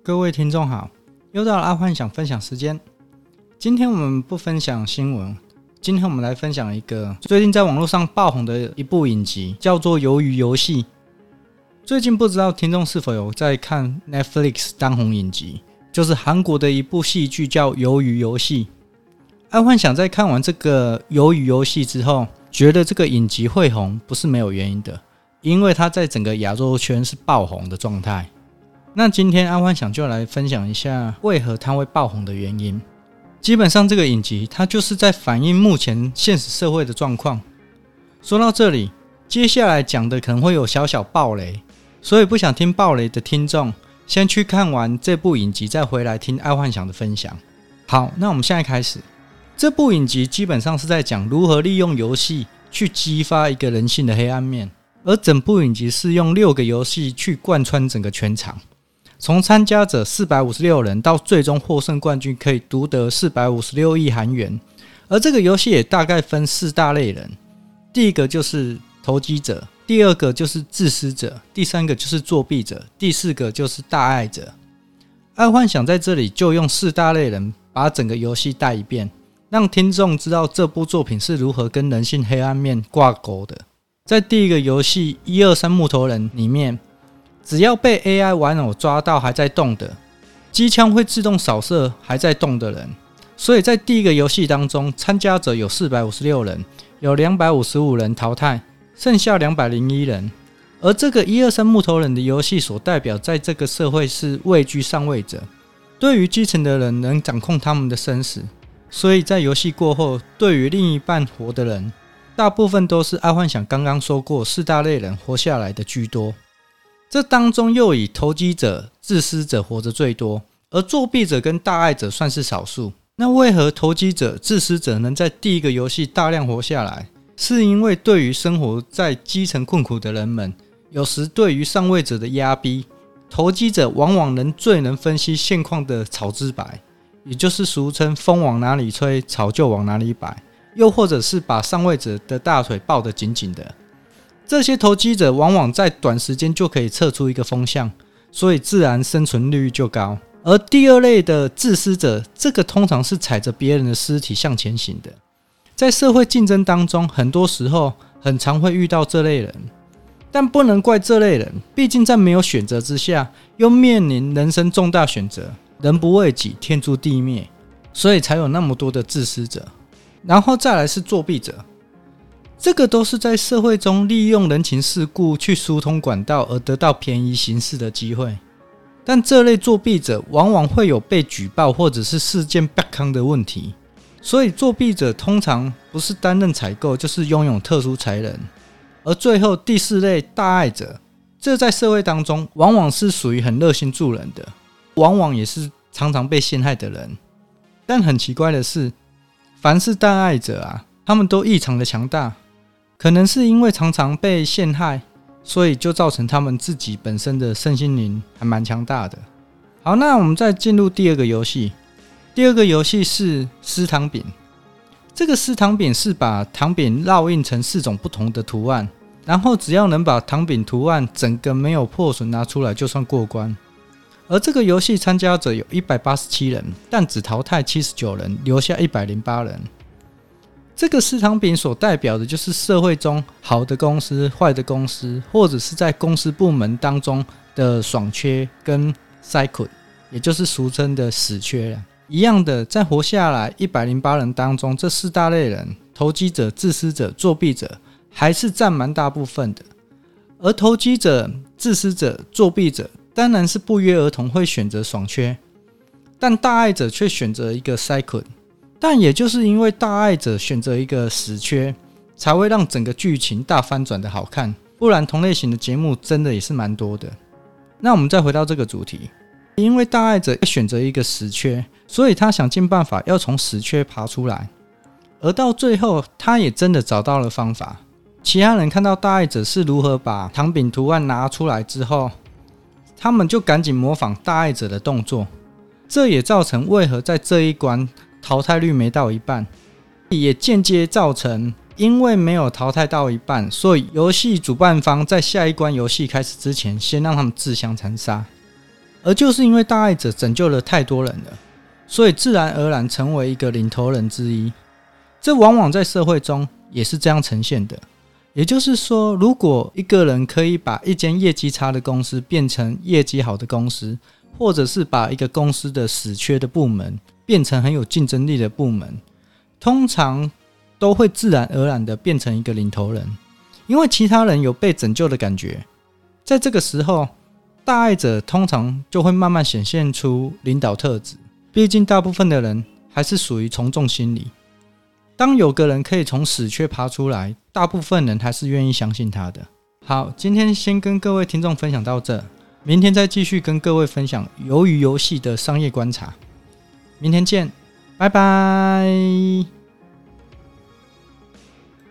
各位听众好，又到了阿幻想分享时间。今天我们不分享新闻，今天我们来分享一个最近在网络上爆红的一部影集，叫做《鱿鱼游戏》。最近不知道听众是否有在看 Netflix 当红影集，就是韩国的一部戏剧叫《鱿鱼游戏》。阿幻想在看完这个《鱿鱼游戏》之后，觉得这个影集会红不是没有原因的，因为它在整个亚洲圈是爆红的状态。那今天阿幻想就来分享一下为何它会爆红的原因。基本上这个影集它就是在反映目前现实社会的状况。说到这里，接下来讲的可能会有小小爆雷，所以不想听爆雷的听众先去看完这部影集再回来听阿幻想的分享。好，那我们现在开始。这部影集基本上是在讲如何利用游戏去激发一个人性的黑暗面，而整部影集是用6个游戏去贯穿整个全场，从参加者456人到最终获胜冠军可以独得456亿韩元。而这个游戏也大概分4大类人，第一个就是投机者，第二个就是自私者，第三个就是作弊者，第四个就是大爱者。阿幻想在这里就用4大类人把整个游戏带一遍，让听众知道这部作品是如何跟人性黑暗面挂钩的。在第一个游戏123木头人里面，只要被 AI 玩偶抓到还在动的，机枪会自动扫射还在动的人。所以在第一个游戏当中，参加者有456人，有255人淘汰，剩下201人。而这个123木头人的游戏所代表在这个社会是位居上位者，对于基层的人能掌控他们的生死。所以在游戏过后，对于另一半活的人，大部分都是阿幻想刚刚说过4大类人活下来的居多。这当中又以投机者、自私者活着最多，而作弊者跟大爱者算是少数。那为何投机者、自私者能在第一个游戏大量活下来？是因为对于生活在基层困苦的人们，有时对于上位者的压逼，投机者往往最能分析现况的草之白，也就是俗称风往哪里吹，草就往哪里摆，又或者是把上位者的大腿抱得紧紧的。这些投机者往往在短时间就可以测出一个风向，所以自然生存率就高。而第二类的自私者，这个通常是踩着别人的尸体向前行的。在社会竞争当中，很多时候很常会遇到这类人，但不能怪这类人，毕竟在没有选择之下，又面临人生重大选择，人不为己，天诛地灭，所以才有那么多的自私者。然后再来是作弊者，这个都是在社会中利用人情世故去疏通管道而得到便宜行事的机会。但这类作弊者往往会有被举报或者是事件曝光的问题，所以作弊者通常不是担任采购，就是拥有特殊才能。而最后第4类大爱者，这在社会当中往往是属于很热心助人的，往往也是常常被陷害的人。但很奇怪的是，凡是大爱者啊，他们都异常的强大，可能是因为常常被陷害，所以就造成他们自己本身的身心灵还蛮强大的。好，那我们再进入第二个游戏。第二个游戏是撕糖饼。这个撕糖饼是把糖饼烙印成4种不同的图案，然后只要能把糖饼图案整个没有破损拿出来就算过关。而这个游戏参加者有187人，但只淘汰79人，留下108人。这个撕糖饼所代表的就是社会中好的公司、坏的公司，或者是在公司部门当中的爽缺跟 cycle， 也就是俗称的死缺。一样的，在活下来108人当中，这4大类人，投机者、自私者、作弊者还是占蛮大部分的。而投机者、自私者、作弊者当然是不约而同会选择爽缺，但大爱者却选择一个 cycle。但也就是因为大爱者选择一个死缺，才会让整个剧情大翻转的好看，不然同类型的节目真的也是蛮多的。那我们再回到这个主题，因为大爱者选择一个死缺，所以他想尽办法要从死缺爬出来，而到最后他也真的找到了方法。其他人看到大爱者是如何把糖饼图案拿出来之后，他们就赶紧模仿大爱者的动作，这也造成为何在这一关淘汰率没到一半，也间接造成因为没有淘汰到一半，所以游戏主办方在下一关游戏开始之前先让他们自相残杀。 而就是因为大爱者拯救了太多人了，所以自然而然成为一个领头人之一。这往往在社会中也是这样呈现的。也就是说，如果一个人可以把一间业绩差的公司变成业绩好的公司，或者是把一个公司的死缺的部门变成很有竞争力的部门，通常都会自然而然的变成一个领头人，因为其他人有被拯救的感觉。在这个时候，大爱者通常就会慢慢显现出领导特质，毕竟大部分的人还是属于从众心理。当有个人可以从死缺爬出来，大部分人还是愿意相信他的。好，今天先跟各位听众分享到这，明天再继续跟各位分享鱿鱼游戏的商业观察。明天见，拜拜。